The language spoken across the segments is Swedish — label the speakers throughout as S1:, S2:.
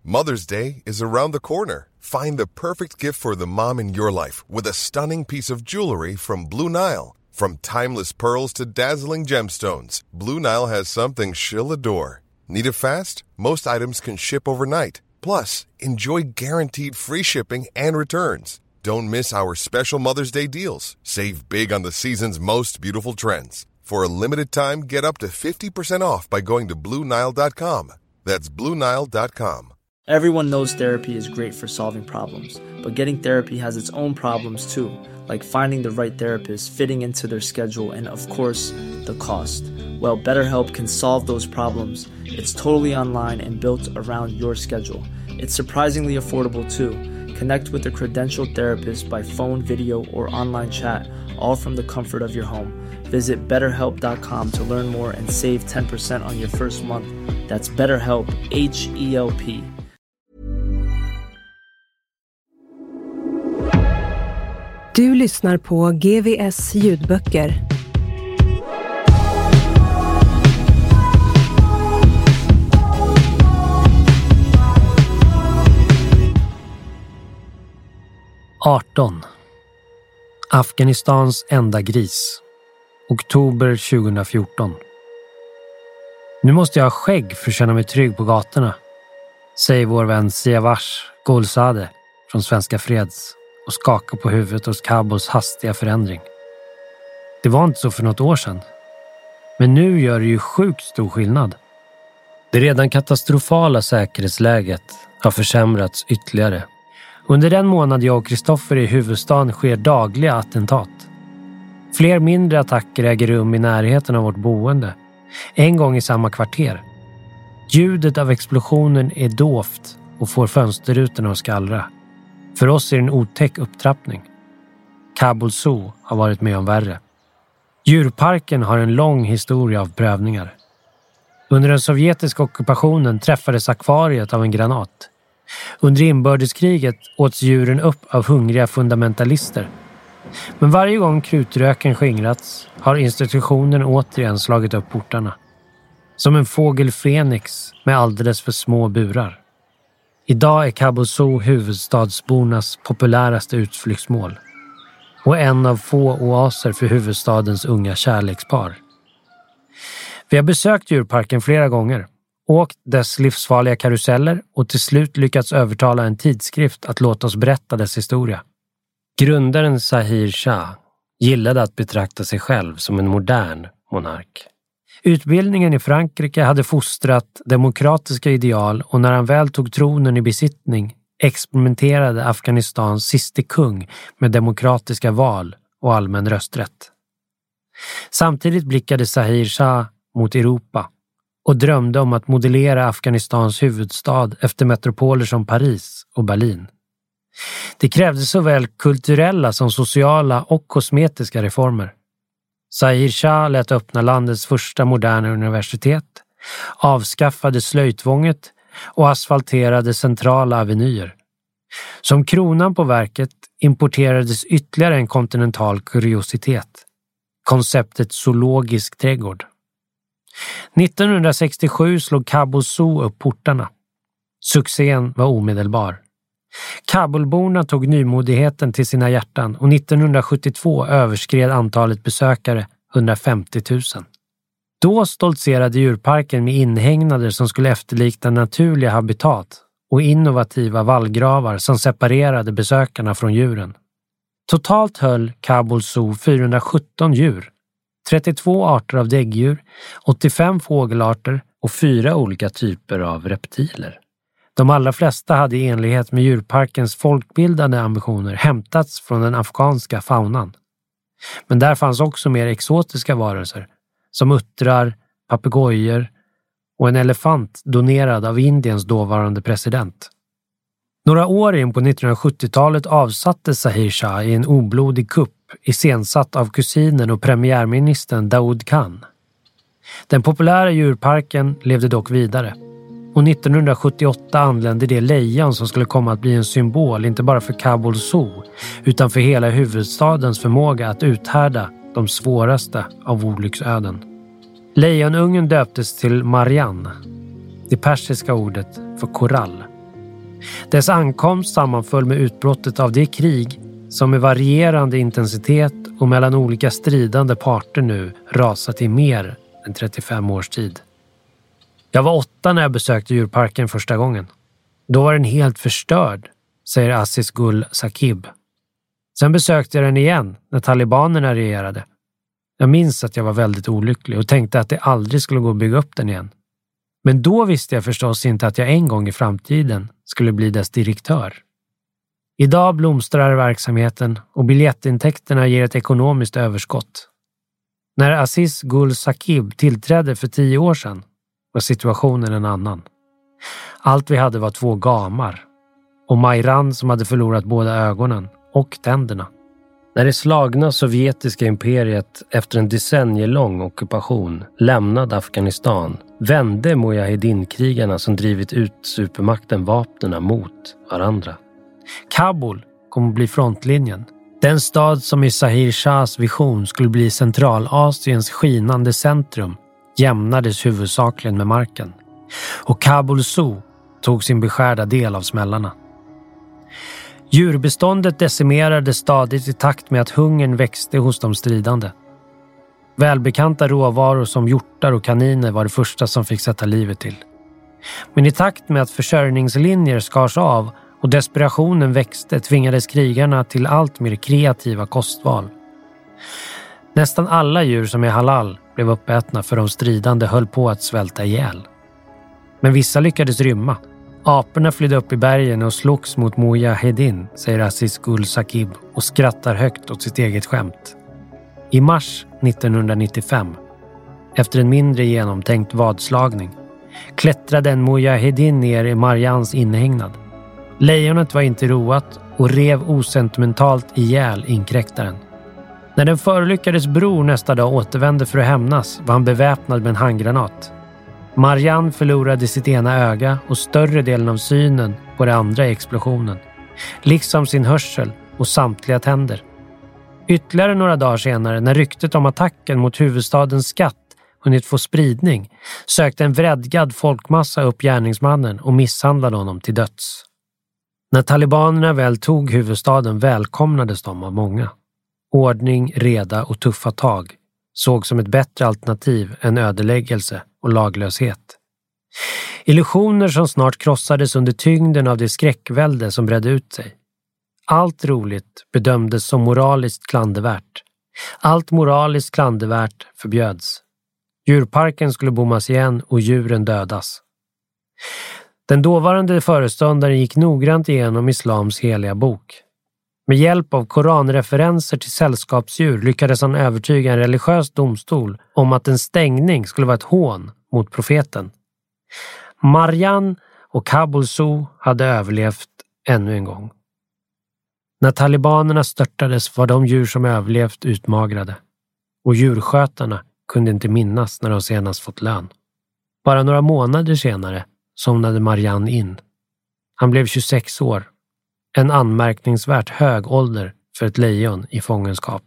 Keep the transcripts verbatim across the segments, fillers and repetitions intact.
S1: Mother's Day is around the corner. Find the perfect gift for the mom in your life with a stunning piece of jewelry from Blue Nile. From timeless pearls to dazzling gemstones, Blue Nile has something she'll adore. Need it fast? Most items can ship overnight. Plus, enjoy guaranteed free shipping and returns. Don't miss our special Mother's Day deals. Save big on the season's most beautiful trends. For a limited time, get up to fifty percent off by going to Blue Nile dot com. That's Blue Nile dot com.
S2: Everyone knows therapy is great for solving problems, but getting therapy has its own problems too, like finding the right therapist, fitting into their schedule, and of course, the cost. Well, BetterHelp can solve those problems. It's totally online and built around your schedule. It's surprisingly affordable too. Connect with a credentialed therapist by phone, video, or online chat, all from the comfort of your home. Visit better help dot com to learn more and save ten percent on your first month. That's BetterHelp, H E L P.
S3: Du lyssnar på G V S ljudböcker.
S4: arton. Afghanistans enda gris. Oktober tjugohundrafjorton. Nu måste jag ha skägg för att känna mig trygg på gatorna, säger vår vän Siavash Golzadeh från Svenska Freds och skakar på huvudet hos Kabuls hastiga förändring. Det var inte så för något år sedan. Men nu gör det ju sjukt stor skillnad. Det redan katastrofala säkerhetsläget har försämrats ytterligare. Under den månad jag och Kristoffer i huvudstaden sker dagliga attentat. Fler mindre attacker äger rum i närheten av vårt boende. En gång i samma kvarter. Ljudet av explosionen är dovt och får fönsterrutorna att skallra. För oss är det en otäck upptrappning. Kabul Zoo har varit med om värre. Djurparken har en lång historia av prövningar. Under den sovjetiska ockupationen träffades akvariet av en granat. Under inbördeskriget åts djuren upp av hungriga fundamentalister. Men varje gång krutröken skingrats har institutionen återigen slagit upp portarna. Som en fågel Fenix med alldeles för små burar. Idag är Kabul Zoo huvudstadsbornas populäraste utflyktsmål. Och en av få oaser för huvudstadens unga kärlekspar. Vi har besökt djurparken flera gånger. Åkt dess livsfarliga karuseller och till slut lyckats övertala en tidskrift att låta oss berätta dess historia. Grundaren Zahir Shah gillade att betrakta sig själv som en modern monark. Utbildningen i Frankrike hade fostrat demokratiska ideal och när han väl tog tronen i besittning experimenterade Afghanistans siste kung med demokratiska val och allmän rösträtt. Samtidigt blickade Zahir Shah mot Europa och drömde om att modellera Afghanistans huvudstad efter metropoler som Paris och Berlin. Det krävde såväl kulturella som sociala och kosmetiska reformer. Zahir Shah lät öppna landets första moderna universitet, avskaffade slöjtvånget och asfalterade centrala avenyer. Som kronan på verket importerades ytterligare en kontinental kuriositet, konceptet zoologisk trädgård. nittonhundrasextiosju slog Kabul Zoo upp portarna. Succén var omedelbar. Kabulborna tog nymodigheten till sina hjärtan och nittonhundrasjuttiotvå överskred antalet besökare hundrafemtio tusen. Då stoltserade djurparken med inhägnader som skulle efterlikna naturliga habitat och innovativa vallgravar som separerade besökarna från djuren. Totalt höll Kabul Zoo fyrahundrasjutton djur, trettiotvå arter av däggdjur, åttiofem fågelarter och fyra olika typer av reptiler. De allra flesta hade i enlighet med djurparkens folkbildande ambitioner hämtats från den afghanska faunan. Men där fanns också mer exotiska varelser, som uttrar, papegojor och en elefant donerad av Indiens dåvarande president. Några år in på nittonhundrasjuttiotalet avsattes Zahir Shah i en oblodig kupp iscensatt av kusinen och premiärministern Daoud Khan. Den populära djurparken levde dock vidare. Och nittonhundrasjuttioåtta anlände det lejon som skulle komma att bli en symbol inte bara för Kabul Zoo utan för hela huvudstadens förmåga att uthärda de svåraste av olycksöden. Lejonungen döptes till Marianne, det persiska ordet för korall. Dess ankomst sammanföll med utbrottet av det krig som med varierande intensitet och mellan olika stridande parter nu rasat i mer än trettiofem års tid. Jag var åtta när jag besökte djurparken första gången. Då var den helt förstörd, säger Aziz Gul Saqib. Sen besökte jag den igen när talibanerna regerade. Jag minns att jag var väldigt olycklig och tänkte att det aldrig skulle gå att bygga upp den igen. Men då visste jag förstås inte att jag en gång i framtiden skulle bli dess direktör. Idag blomstrar verksamheten och biljettintäkterna ger ett ekonomiskt överskott. När Aziz Gul Saqib tillträdde för tio år sedan var situationen en annan. Allt vi hade var två gamar och Mayran som hade förlorat båda ögonen och tänderna. När det slagna sovjetiska imperiet efter en decennielång ockupation lämnade Afghanistan vände Mujahedin-krigarna som drivit ut supermakten vapnen mot varandra. Kabul kom att bli frontlinjen. Den stad som i Zahir Shahs vision skulle bli Centralasiens skinande centrum jämnades huvudsakligen med marken. Och Kabul Zoo tog sin beskärda del av smällarna. Djurbeståndet decimerade stadigt i takt med att hungern växte hos de stridande. Välbekanta råvaror som hjortar och kaniner var det första som fick sätta livet till. Men i takt med att försörjningslinjer skars av och desperationen växte tvingades krigarna till allt mer kreativa kostval. Nästan alla djur som är halal blev uppätna för de stridande höll på att svälta ihjäl. Men vissa lyckades rymma. Aporna flydde upp i bergen och slogs mot Mujahedin, säger Aziz Gul Saqib och skrattar högt åt sitt eget skämt. I mars nittonhundranittiofem, efter en mindre genomtänkt vadslagning, klättrade en Mujahedin ner i Marjans inhägnad. Lejonet var inte roat och rev osentimentalt ihjäl inkräktaren. När den förolyckades bror nästa dag återvände för att hämnas var han beväpnad med en handgranat. Marjan förlorade sitt ena öga och större delen av synen på det andra i explosionen, liksom sin hörsel och samtliga tänder. Ytterligare några dagar senare, när ryktet om attacken mot huvudstadens skatt hunnit få spridning, sökte en vredgad folkmassa upp gärningsmannen och misshandlade honom till döds. När talibanerna väl tog huvudstaden välkomnades de av många. Ordning, reda och tuffa tag såg som ett bättre alternativ än ödeläggelse och laglöshet. Illusioner som snart krossades under tyngden av det skräckvälde som bredde ut sig. Allt roligt bedömdes som moraliskt klandervärt. Allt moraliskt klandervärt förbjöds. Djurparken skulle bommas igen och djuren dödas. Den dåvarande föreståndaren gick noggrant igenom islams heliga bok. Med hjälp av koranreferenser till sällskapsdjur lyckades han övertyga en religiös domstol om att en stängning skulle vara ett hån mot profeten. Marjan och Kabul Zoo hade överlevt ännu en gång. När talibanerna störtades var de djur som överlevt utmagrade. Och djurskötarna kunde inte minnas när de senast fått lön. Bara några månader senare somnade Marjan in. Han blev tjugosex år. En anmärkningsvärt hög ålder för ett lejon i fångenskap.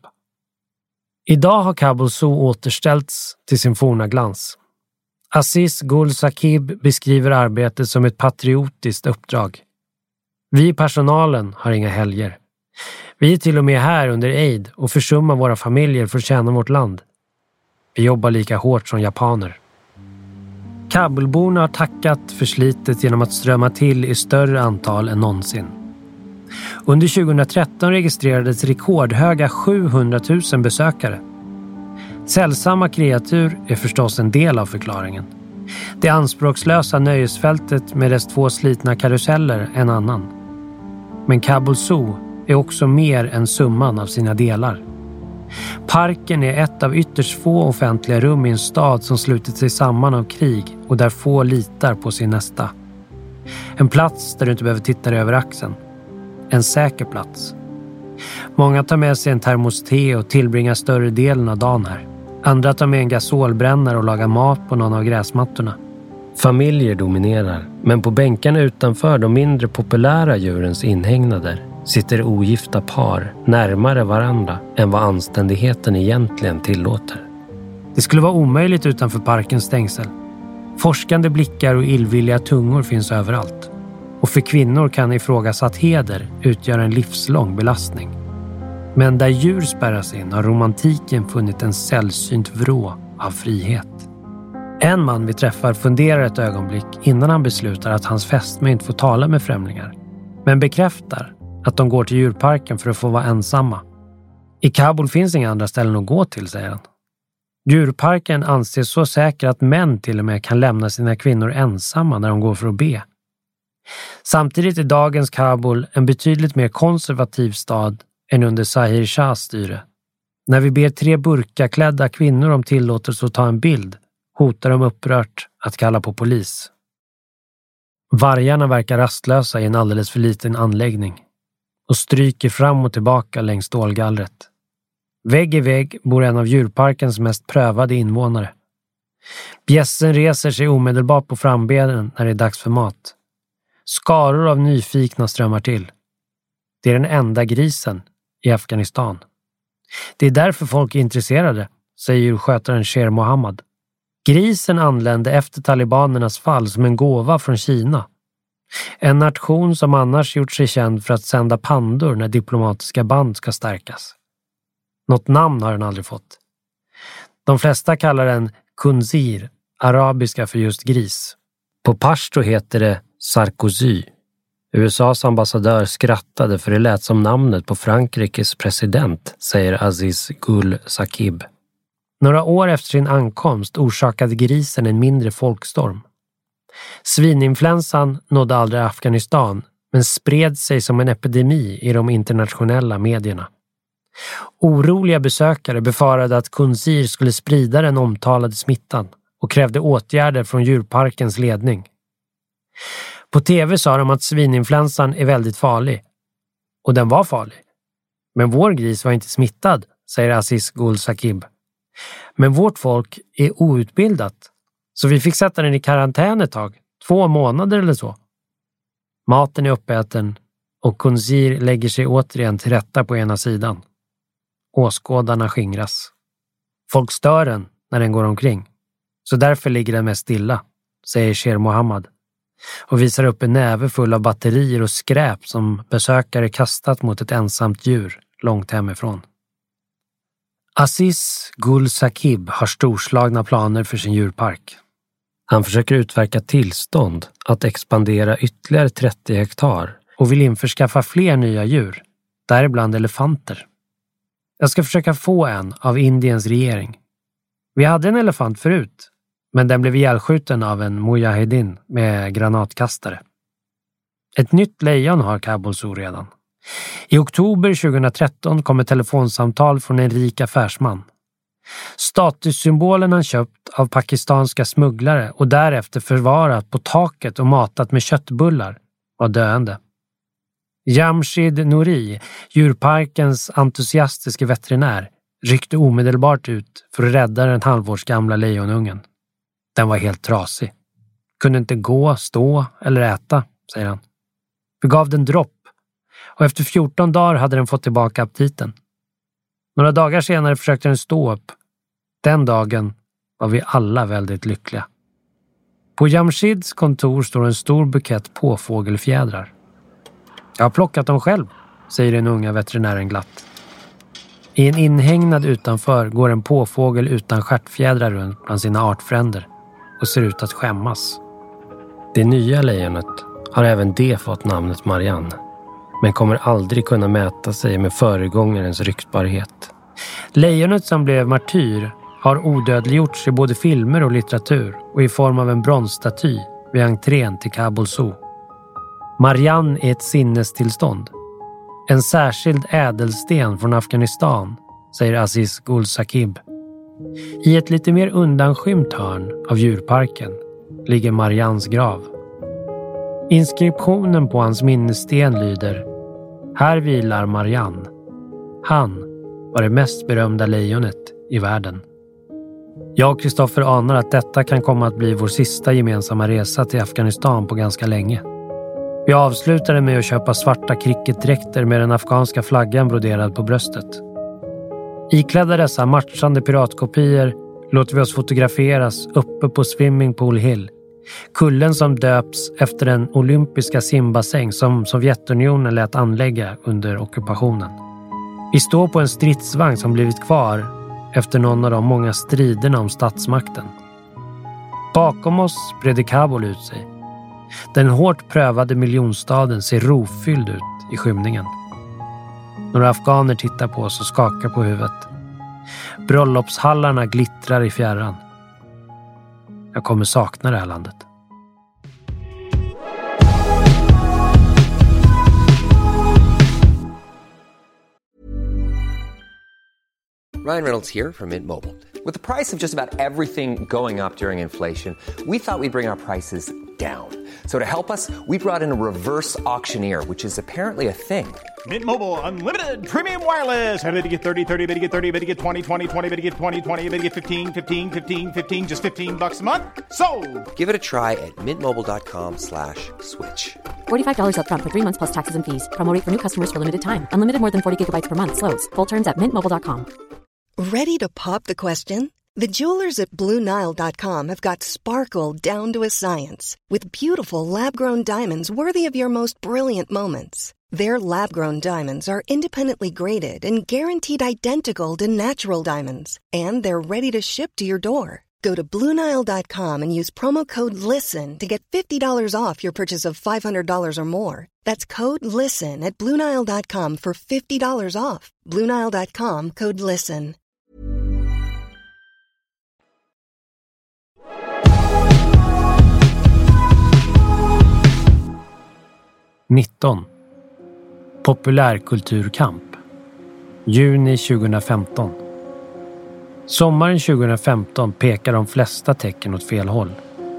S4: Idag har Kabul Zoo återställts till sin forna glans. Aziz Gul Saqib beskriver arbetet som ett patriotiskt uppdrag. Vi i personalen har inga helger. Vi är till och med här under aid och försummar våra familjer för att tjäna vårt land. Vi jobbar lika hårt som japaner. Kabulborna har tackat för slitet genom att strömma till i större antal än någonsin. Under tjugohundratretton registrerades rekordhöga sjuhundratusen besökare. Sällsamma kreatur är förstås en del av förklaringen. Det anspråkslösa nöjesfältet med dess två slitna karuseller en annan. Men Kabul Zoo är också mer än summan av sina delar. Parken är ett av ytterst få offentliga rum i en stad som slutit sig samman av krig och där få litar på sin nästa. En plats där du inte behöver titta dig över axeln. En säker plats. Många tar med sig en termos te och tillbringar större delen av dagen här. Andra tar med en gasolbrännare och lagar mat på någon av gräsmattorna. Familjer dominerar, men på bänkarna utanför de mindre populära djurens inhägnader sitter ogifta par närmare varandra än vad anständigheten egentligen tillåter. Det skulle vara omöjligt utanför parkens stängsel. Forskande blickar och illvilliga tungor finns överallt. och för kvinnor kan ifrågasatt heder utgöra en livslång belastning. Men där djur spärras in har romantiken funnit en sällsynt vrå av frihet. En man vi träffar funderar ett ögonblick innan han beslutar att hans fästmö inte får tala med främlingar, men bekräftar att de går till djurparken för att få vara ensamma. I Kabul finns inga andra ställen att gå till, säger han. Djurparken anses så säker att män till och med kan lämna sina kvinnor ensamma när de går för att be. Samtidigt är dagens Kabul en betydligt mer konservativ stad än under Zahir Shahs styre. När vi ber tre burkaklädda kvinnor om tillåtelse att ta en bild hotar de upprört att kalla på polis. Vargarna verkar rastlösa i en alldeles för liten anläggning och stryker fram och tillbaka längs stålgallret. Vägg i vägg bor en av djurparkens mest prövade invånare. Bjässen reser sig omedelbart på frambenen när det är dags för mat. Skaror av nyfikna strömmar till. Det är den enda grisen i Afghanistan. Det är därför folk är intresserade, säger djurskötaren Sher Mohammad. Grisen anlände efter talibanernas fall som en gåva från Kina. En nation som annars gjort sig känd för att sända pandor när diplomatiska band ska stärkas. Något namn har den aldrig fått. De flesta kallar den kunzir, arabiska för just gris. På pashto heter det Sarkozy. U S A:s ambassadör skrattade för det lät som namnet på Frankrikes president, säger Aziz Gul Sakib. Några år efter sin ankomst orsakade grisen en mindre folkstorm. Svininfluensan nådde aldrig Afghanistan, men spred sig som en epidemi i de internationella medierna. Oroliga besökare befarade att kunzir skulle sprida den omtalade smittan och krävde åtgärder från djurparkens ledning. På tv sa de att svininfluensan är väldigt farlig. Och den var farlig. Men vår gris var inte smittad, säger Aziz Gul Sakib. Men vårt folk är outbildat, så vi fick sätta den i karantän ett tag, två månader eller så. Maten är uppäten och kunzir lägger sig återigen till rätta på ena sidan. Åskådarna skingras. Folk stör den när den går omkring, så därför ligger den mest stilla, säger Sher Mohammad och visar upp en näve full av batterier och skräp som besökare kastat mot ett ensamt djur långt hemifrån. Aziz Gul Sakib har storslagna planer för sin djurpark. Han försöker utverka tillstånd att expandera ytterligare trettio hektar och vill införskaffa fler nya djur, däribland elefanter. Jag ska försöka få en av Indiens regering. Vi hade en elefant förut, men den blev ihjälskjuten av en mujahedin med granatkastare. Ett nytt lejon har Kabul Zoo redan. I oktober tjugohundratretton kom ett telefonsamtal från en rik affärsman. Statussymbolen han köpt av pakistanska smugglare och därefter förvarat på taket och matat med köttbullar var döende. Jamshid Nouri, djurparkens entusiastiska veterinär, ryckte omedelbart ut för att rädda den halvårsgamla lejonungen. Den var helt trasig. Kunde inte gå, stå eller äta, säger han. Vi gav den dropp och efter fjorton dagar hade den fått tillbaka aptiten. Några dagar senare försökte den stå upp. Den dagen var vi alla väldigt lyckliga. På Jamshids kontor står en stor bukett påfågelfjädrar. Jag har plockat dem själv, säger den unga veterinären glatt. I en inhägnad utanför går en påfågel utan stjärtfjädrar runt bland sina artfränder och ser ut att skämmas. Det nya lejonet har även det fått namnet Marianne, men kommer aldrig kunna mäta sig med föregångarens ryktbarhet. Lejonet som blev martyr har odödliggjorts i både filmer och litteratur och i form av en bronsstaty vid entrén till Kabul Zoo. Marianne är ett sinnestillstånd. En särskild ädelsten från Afghanistan, säger Aziz Gul Sakib. I ett lite mer undanskymt hörn av djurparken ligger Mariannes grav. Inskriptionen på hans minnessten lyder: Här vilar Marianne. Han var det mest berömda lejonet i världen. Jag och Kristoffer anar att detta kan komma att bli vår sista gemensamma resa till Afghanistan på ganska länge. Vi avslutade med att köpa svarta cricketdräkter med den afghanska flaggan broderad på bröstet. Iklädda dessa matchande piratkopior låter vi oss fotograferas uppe på Swimming Pool Hill Kullen som döps efter den olympiska simbassäng som Sovjetunionen lät anlägga under ockupationen. Vi står på en stridsvagn som blivit kvar efter någon av de många striderna om statsmakten. Bakom oss breder Kabul ut sig. Den hårt prövade miljonstaden ser rofylld ut i skymningen. Några afghaner tittar på oss och skakar på huvudet. Bröllopshallarna glittrar i fjärran. Jag kommer sakna det här landet.
S5: Ryan Reynolds here from Mint Mobile. With the price of just about everything going up during inflation, we thought we'd bring our prices down. So to help us, we brought in a reverse auctioneer, which is apparently a thing.
S6: Mint Mobile Unlimited Premium Wireless. How to get thirty, thirty, how to get thirty, how to get twenty, twenty, twenty, how to get twenty, twenty, how to get fifteen, fifteen, fifteen, fifteen, just fifteen bucks a month? Sold!
S5: Give it a try at mintmobile.com slash switch.
S7: forty-five dollars up front for three months plus taxes and fees. Promo rate for new customers for limited time. Unlimited more than forty gigabytes per month. Slows full terms at mint mobile dot com.
S8: Ready to pop the question? The jewelers at Blue Nile dot com have got sparkle down to a science with beautiful lab-grown diamonds worthy of your most brilliant moments. Their lab-grown diamonds are independently graded and guaranteed identical to natural diamonds, and they're ready to ship to your door. Go to Blue Nile dot com and use promo code LISTEN to get fifty dollars off your purchase of five hundred dollars or more. That's code LISTEN at Blue Nile dot com for fifty dollars off. Blue Nile dot com, code LISTEN.
S4: nitton. Populärkulturkamp. Juni tjugohundrafemton. Sommaren tjugohundrafemton pekar de flesta tecken åt fel håll.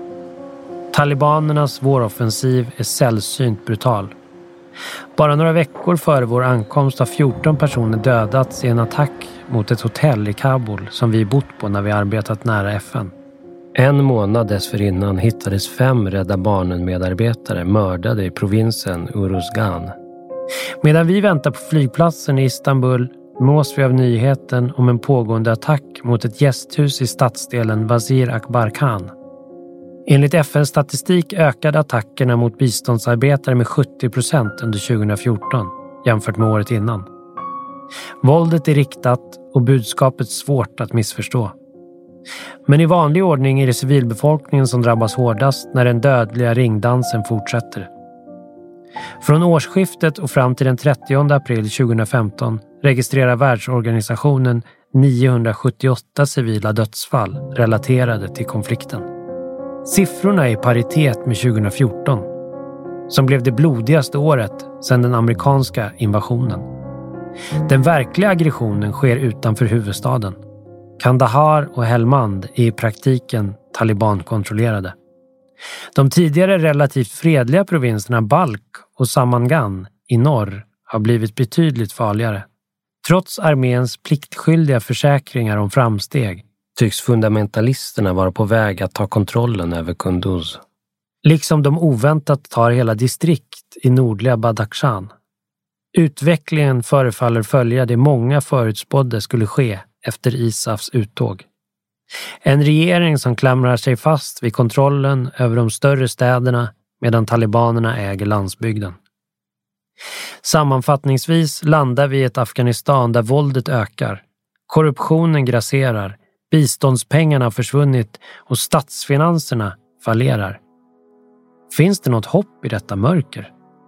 S4: Talibanernas våroffensiv är sällsynt brutal. Bara några veckor före vår ankomst har fjorton personer dödats i en attack mot ett hotell i Kabul som vi bott på när vi arbetat nära F N. En månad dessförinnan hittades fem Rädda Barnen-medarbetare mördade i provinsen Uruzgan. Medan vi väntar på flygplatsen i Istanbul nås vi av nyheten om en pågående attack mot ett gästhus i stadsdelen Wazir Akbar Khan. Enligt F N:s statistik ökade attackerna mot biståndsarbetare med sjuttio procent under tjugohundrafjorton jämfört med året innan. Våldet är riktat och budskapet svårt att missförstå. Men i vanlig ordning är det civilbefolkningen som drabbas hårdast när den dödliga ringdansen fortsätter. Från årsskiftet och fram till den trettionde april tjugohundrafemton registrerar världsorganisationen niohundrasjuttioåtta civila dödsfall relaterade till konflikten. Siffrorna är i paritet med tjugohundrafjorton, som blev det blodigaste året sedan den amerikanska invasionen. Den verkliga aggressionen sker utanför huvudstaden. Kandahar och Helmand är i praktiken talibankontrollerade. De tidigare relativt fredliga provinserna Balk och Samangan i norr har blivit betydligt farligare. Trots arméns pliktskyldiga försäkringar om framsteg tycks fundamentalisterna vara på väg att ta kontrollen över Kunduz. Liksom de oväntat tar hela distrikt i nordliga Badakhshan. Utvecklingen förefaller följa det många förutspådde skulle ske efter I S A Fs uttåg. En regering som klamrar sig fast vid kontrollen över de större städerna medan talibanerna äger landsbygden. Sammanfattningsvis landar vi i ett Afghanistan där våldet ökar, korruptionen grasserar, biståndspengarna har försvunnit och statsfinanserna fallerar. Finns det något hopp i detta mörker?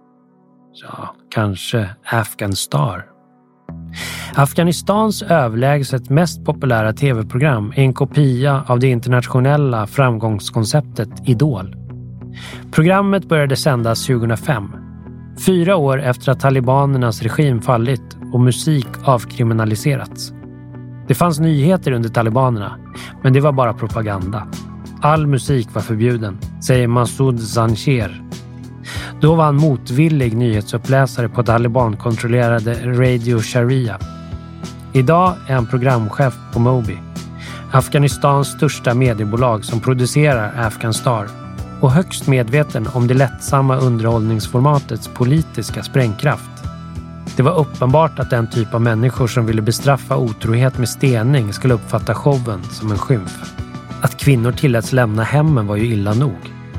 S4: Ja, kanske Afghan Star. Afghanistans överlägset mest populära tv-program är en kopia av det internationella framgångskonceptet Idol. Programmet började sändas tjugohundrafem, fyra år efter att talibanernas regim fallit och musik avkriminaliserats. Det fanns nyheter under talibanerna, men det var bara propaganda. All musik var förbjuden, säger Masoud Zancher. Då var han motvillig nyhetsuppläsare på talibankontrollerade Radio Sharia. Idag är han programchef på Mobi, Afghanistans största mediebolag som producerar Afghan Star, och högst medveten om det lättsamma underhållningsformatets politiska sprängkraft. Det var uppenbart att den typ av människor som ville bestraffa otrohet med stening skulle uppfatta showen som en skymf. Att kvinnor tilläts lämna hemmen var ju illa nog.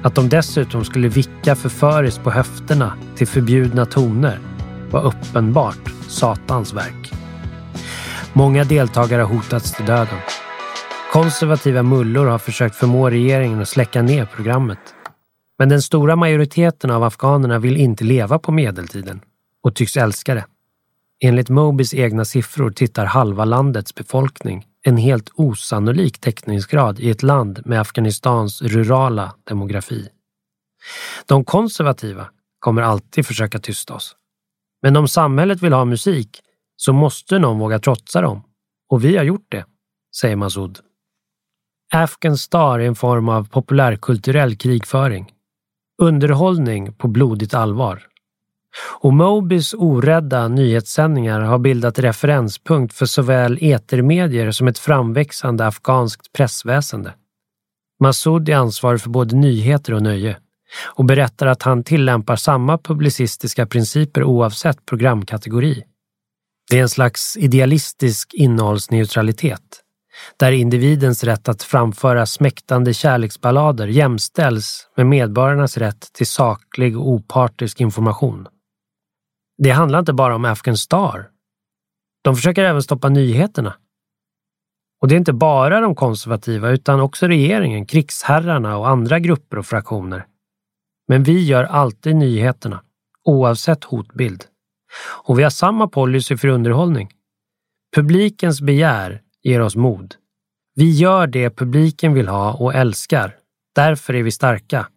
S4: Att de dessutom skulle vicka förföriskt på höfterna till förbjudna toner var uppenbart satans verk. Många deltagare har hotats till döden. Konservativa mullor har försökt förmå regeringen att släcka ner programmet. Men den stora majoriteten av afghanerna vill inte leva på medeltiden och tycks älska det. Enligt Mobis egna siffror tittar halva landets befolkning en helt osannolik täckningsgrad i ett land med Afghanistans rurala demografi. De konservativa kommer alltid försöka tysta oss. Men om samhället vill ha musik så måste någon våga trotsa dem. Och vi har gjort det, säger Masoud. Afghan Star är en form av populärkulturell krigföring. Underhållning på blodigt allvar. Och Mobis orädda nyhetssändningar har bildat referenspunkt för såväl etermedier som ett framväxande afghanskt pressväsende. Masoud är ansvarig för både nyheter och nöje och berättar att han tillämpar samma publicistiska principer oavsett programkategori. Det är en slags idealistisk innehållsneutralitet, där individens rätt att framföra smäktande kärleksballader jämställs med medborgarnas rätt till saklig och opartisk information. Det handlar inte bara om Afghan Star. De försöker även stoppa nyheterna. Och det är inte bara de konservativa utan också regeringen, krigsherrarna och andra grupper och fraktioner. Men vi gör alltid nyheterna, oavsett hotbild. Och vi har samma policy för underhållning. Publikens begär ger oss mod. Vi gör det publiken vill ha och älskar. Därför är vi starka.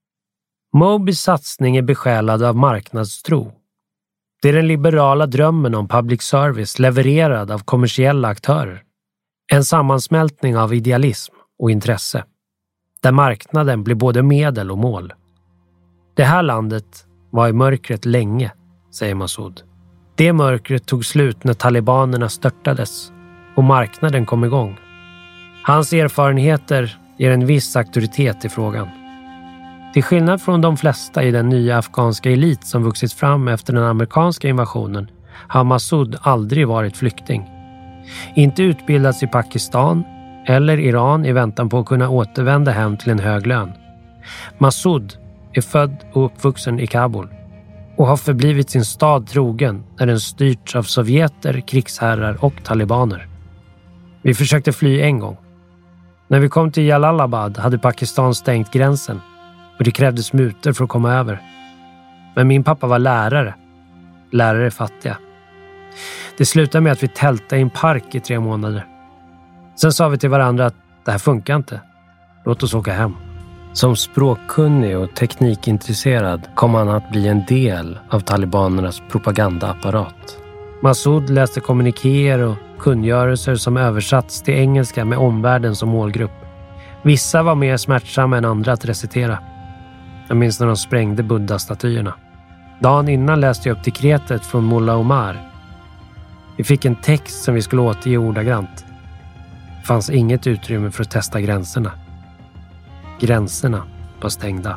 S4: Mobis satsning är besjälad av marknadstro. Det är den liberala drömmen om public service levererad av kommersiella aktörer. En sammansmältning av idealism och intresse. Där marknaden blir både medel och mål. Det här landet var i mörkret länge, säger Masoud. Det mörkret tog slut när talibanerna störtades och marknaden kom igång. Hans erfarenheter ger en viss auktoritet i frågan. Till skillnad från de flesta i den nya afghanska elit som vuxit fram efter den amerikanska invasionen har Masoud aldrig varit flykting. Inte utbildats i Pakistan eller Iran i väntan på att kunna återvända hem till en hög lön. Masoud är född och uppvuxen i Kabul och har förblivit sin stad trogen när den styrts av sovjeter, krigsherrar och talibaner. Vi försökte fly en gång. När vi kom till Jalalabad hade Pakistan stängt gränsen och det krävdes mutor för att komma över. Men min pappa var lärare. Lärare är fattiga. Det slutade med att vi tältade i en park i tre månader. Sen sa vi till varandra att det här funkar inte. Låt oss åka hem. Som språkkunnig och teknikintresserad kom han att bli en del av talibanernas propagandaapparat. Masoud läste kommunikéer och kungörelser som översatts till engelska med omvärlden som målgrupp. Vissa var mer smärtsamma än andra att recitera. Jag minns när de sprängde Buddha-statyerna. Dagen innan läste jag upp dekretet från Mullah Omar. Vi fick en text som vi skulle återge ordagrant. Det fanns inget utrymme för att testa gränserna. Gränserna var stängda.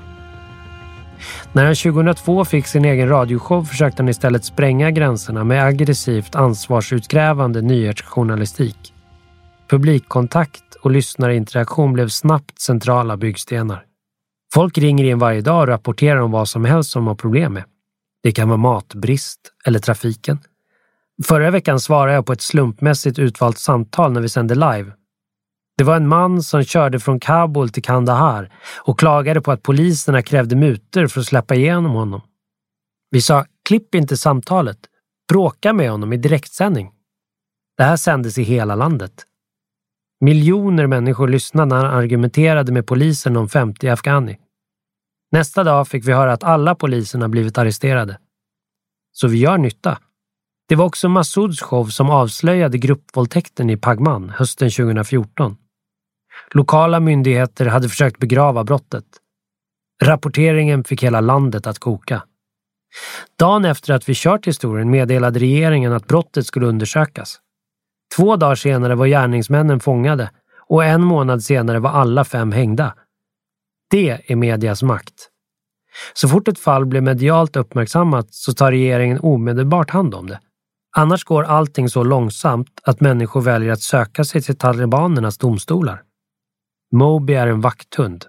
S4: När han tjugohundratvå fick sin egen radioshow försökte han istället spränga gränserna med aggressivt ansvarsutkrävande nyhetsjournalistik. Publikkontakt och lyssnarinteraktion blev snabbt centrala byggstenar. Folk ringer in varje dag och rapporterar om vad som helst som har problem med. Det kan vara matbrist eller trafiken. Förra veckan svarade jag på ett slumpmässigt utvalt samtal när vi sände live. Det var en man som körde från Kabul till Kandahar och klagade på att poliserna krävde mutor för att släppa igenom honom. Vi sa, klipp inte samtalet. Bråka med honom i direktsändning. Det här sändes i hela landet. Miljoner människor lyssnade när han argumenterade med polisen om femtio afghani. Nästa dag fick vi höra att alla poliserna blivit arresterade. Så vi gör nytta. Det var också Masouds show som avslöjade gruppvåldtäkten i Pagman hösten tjugohundrafjorton. Lokala myndigheter hade försökt begrava brottet. Rapporteringen fick hela landet att koka. Dagen efter att vi kört historien meddelade regeringen att brottet skulle undersökas. Två dagar senare var gärningsmännen fångade och en månad senare var alla fem hängda. Det är medias makt. Så fort ett fall blir medialt uppmärksammat så tar regeringen omedelbart hand om det. Annars går allting så långsamt att människor väljer att söka sig till talibanernas domstolar. Moby är en vakthund,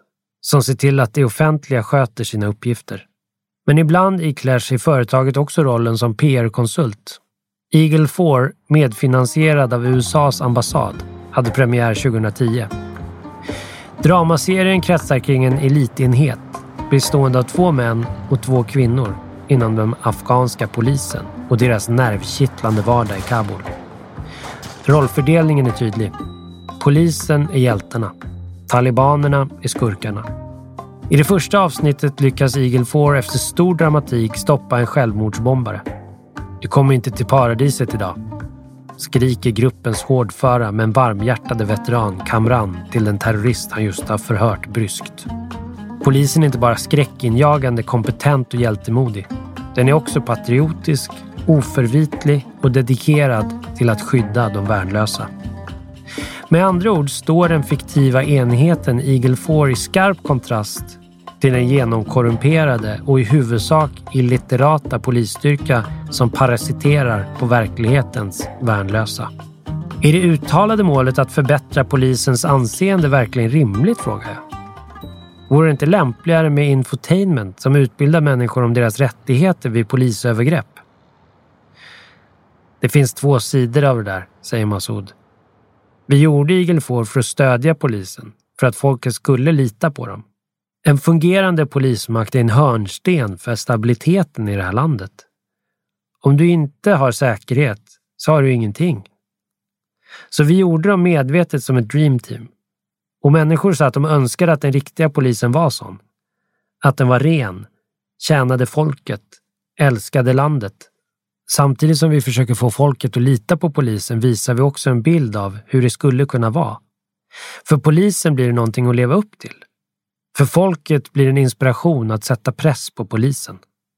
S4: som ser till att det offentliga sköter sina uppgifter. Men ibland iklär sig företaget också rollen som P R-konsult. Eagle fyra, medfinansierad av U S A:s ambassad, hade premiär tjugohundratio. Dramaserien kretsar kring en elitenhet bestående av två män och två kvinnor inom den afghanska polisen och deras nervkittlande vardag i Kabul. Rollfördelningen är tydlig. Polisen är hjältarna. Talibanerna är skurkarna. I det första avsnittet lyckas Eagle fyra efter stor dramatik stoppa en självmordsbombare. Du kommer inte till paradiset idag, skriker gruppens hårdföra men varmhjärtade veteran Kamran till den terrorist han just har förhört bryskt. Polisen är inte bara skräckinjagande, kompetent och hjältemodig. Den är också patriotisk, oförvitlig och dedikerad till att skydda de värnlösa. Med andra ord står den fiktiva enheten Eagle fyra i skarp kontrast till den genomkorrumperade och i huvudsak illiterata polisstyrka som parasiterar på verklighetens värnlösa. Är det uttalade målet att förbättra polisens anseende verkligen rimligt, frågar jag? Vore det inte lämpligare med infotainment som utbildar människor om deras rättigheter vid polisövergrepp? Det finns två sidor av det där, säger Masoud. Vi gjorde Eagle fyra för att stödja polisen, för att folket skulle lita på dem. En fungerande polismakt är en hörnsten för stabiliteten i det här landet. Om du inte har säkerhet så har du ingenting. Så vi gjorde dem medvetet som ett dream team. Och människor sa att de önskade att den riktiga polisen var sån. Att den var ren, tjänade folket, älskade landet. Samtidigt som vi försöker få folket att lita på polisen visar vi också en bild av hur det skulle kunna vara. För polisen blir det någonting att leva upp till. För folket blir det en inspiration att sätta press på polisen.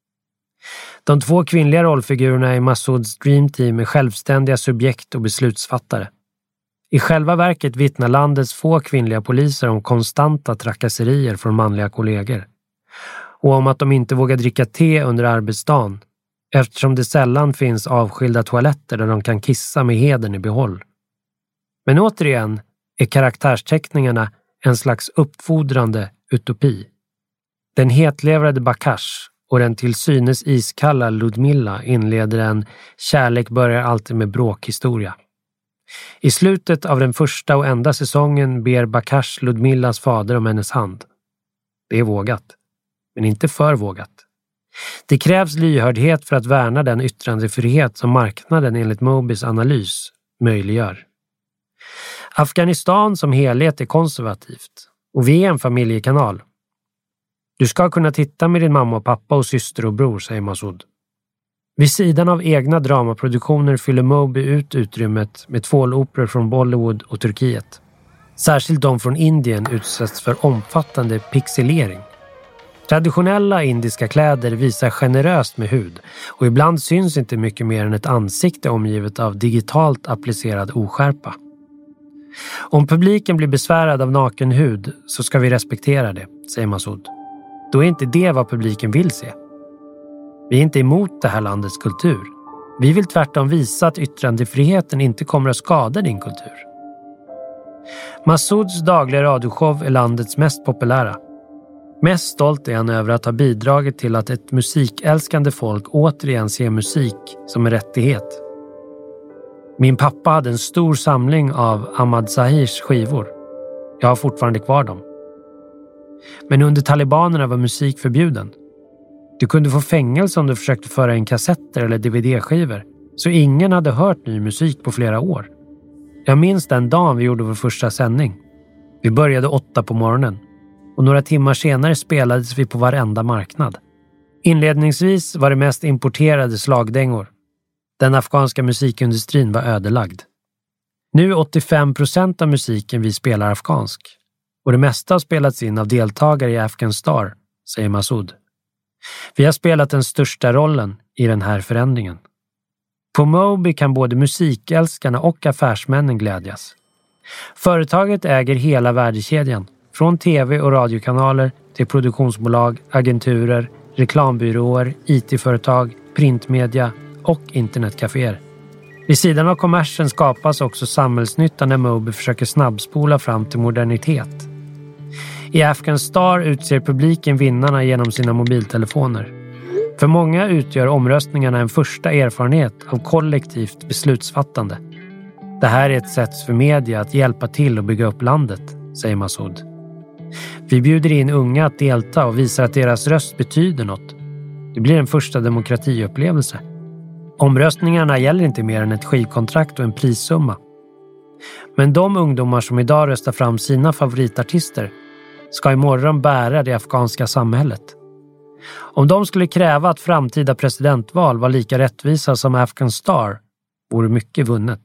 S4: De två kvinnliga rollfigurerna i Masouds Dream Team är självständiga subjekt och beslutsfattare. I själva verket vittnar landets få kvinnliga poliser om konstanta trakasserier från manliga kollegor. Och om att de inte vågar dricka te under arbetsdagen eftersom det sällan finns avskilda toaletter där de kan kissa med hedern i behåll. Men återigen är karaktärsteckningarna en slags uppfordrande utopi. Den hetlevrade Bakash och den till synes iskalla Ludmilla inleder en kärlek börjar alltid med bråkhistoria. I slutet av den första och enda säsongen ber Bakash Ludmillas fader om hennes hand. Det är vågat, men inte för vågat. Det krävs lyhördhet för att värna den yttrandefrihet som marknaden enligt Mobis analys möjliggör. Afghanistan som helhet är konservativt och vi är en familjekanal. Du ska kunna titta med din mamma och pappa och syster och bror, säger Masoud. Vid sidan av egna dramaproduktioner fyller Moby ut utrymmet med tvåloperor från Bollywood och Turkiet. Särskilt de från Indien utsätts för omfattande pixelering. Traditionella indiska kläder visar generöst med hud och ibland syns inte mycket mer än ett ansikte omgivet av digitalt applicerad oskärpa. Om publiken blir besvärad av naken hud så ska vi respektera det, säger Masoud. Då är inte det vad publiken vill se. Vi är inte emot det här landets kultur. Vi vill tvärtom visa att yttrandefriheten inte kommer att skada din kultur. Masouds dagliga radioshow är landets mest populära. Mest stolt är han över att ha bidragit till att ett musikälskande folk återigen ser musik som en rättighet. Min pappa hade en stor samling av Ahmad Zahirs skivor. Jag har fortfarande kvar dem. Men under talibanerna var musik förbjuden. Du kunde få fängelse om du försökte föra in kassetter eller D V D-skivor. Så ingen hade hört ny musik på flera år. Jag minns den dagen vi gjorde vår första sändning. Vi började åtta på morgonen. Och några timmar senare spelades vi på varenda marknad. Inledningsvis var det mest importerade slagdängor. Den afghanska musikindustrin var ödelagd. Nu är åttiofem procent av musiken vi spelar afghansk. Och det mesta har spelats in av deltagare i Afghan Star, säger Masoud. Vi har spelat den största rollen i den här förändringen. På Moby kan både musikälskarna och affärsmännen glädjas. Företaget äger hela värdekedjan, från tv- och radiokanaler till produktionsbolag, agenturer, reklambyråer, I T-företag, printmedia och internetcaféer. Vid sidan av kommersen skapas också samhällsnytta när Moby försöker snabbspola fram till modernitet. I Afghan Star utser publiken vinnarna genom sina mobiltelefoner. För många utgör omröstningarna en första erfarenhet av kollektivt beslutsfattande. Det här är ett sätt för media att hjälpa till att bygga upp landet, säger Masoud. Vi bjuder in unga att delta och visar att deras röst betyder något. Det blir en första demokratiupplevelse. Omröstningarna gäller inte mer än ett skivkontrakt och en prissumma. Men de ungdomar som idag röstar fram sina favoritartister ska imorgon bära det afghanska samhället. Om de skulle kräva att framtida presidentval var lika rättvisa som Afghan Star, vore mycket vunnet.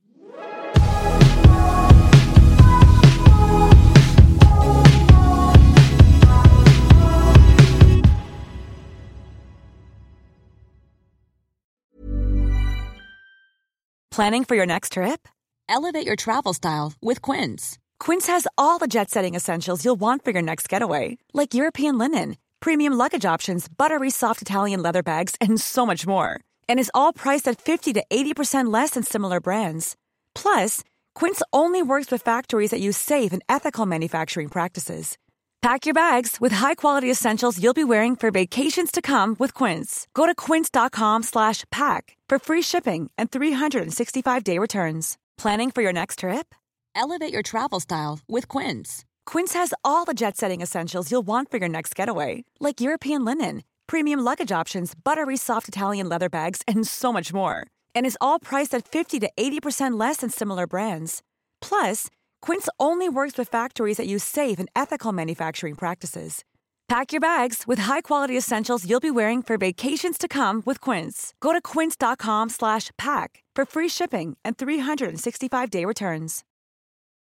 S9: Planning for your next trip? Elevate your travel style with Quince. Quince has all the jet-setting essentials you'll want for your next getaway, like European linen, premium luggage options, buttery soft Italian leather bags, and so much more. And is all priced at fifty to eighty percent less than similar brands. Plus, Quince only works with factories that use safe and ethical manufacturing practices. Pack your bags with high-quality essentials you'll be wearing for vacations to come with Quince. Go to quince.com slash pack for free shipping and three sixty-five day returns. Planning for your next trip? Elevate your travel style with Quince. Quince has all the jet-setting essentials you'll want for your next getaway, like European linen, premium luggage options, buttery soft Italian leather bags, and so much more. And is all priced at fifty to eighty percent less than similar brands. Plus, Quince only works with factories that use safe and ethical manufacturing practices. Pack your bags with high-quality essentials you'll be wearing for vacations to come with Quince. Go to quince.com slash pack for free shipping and three sixty-five day returns.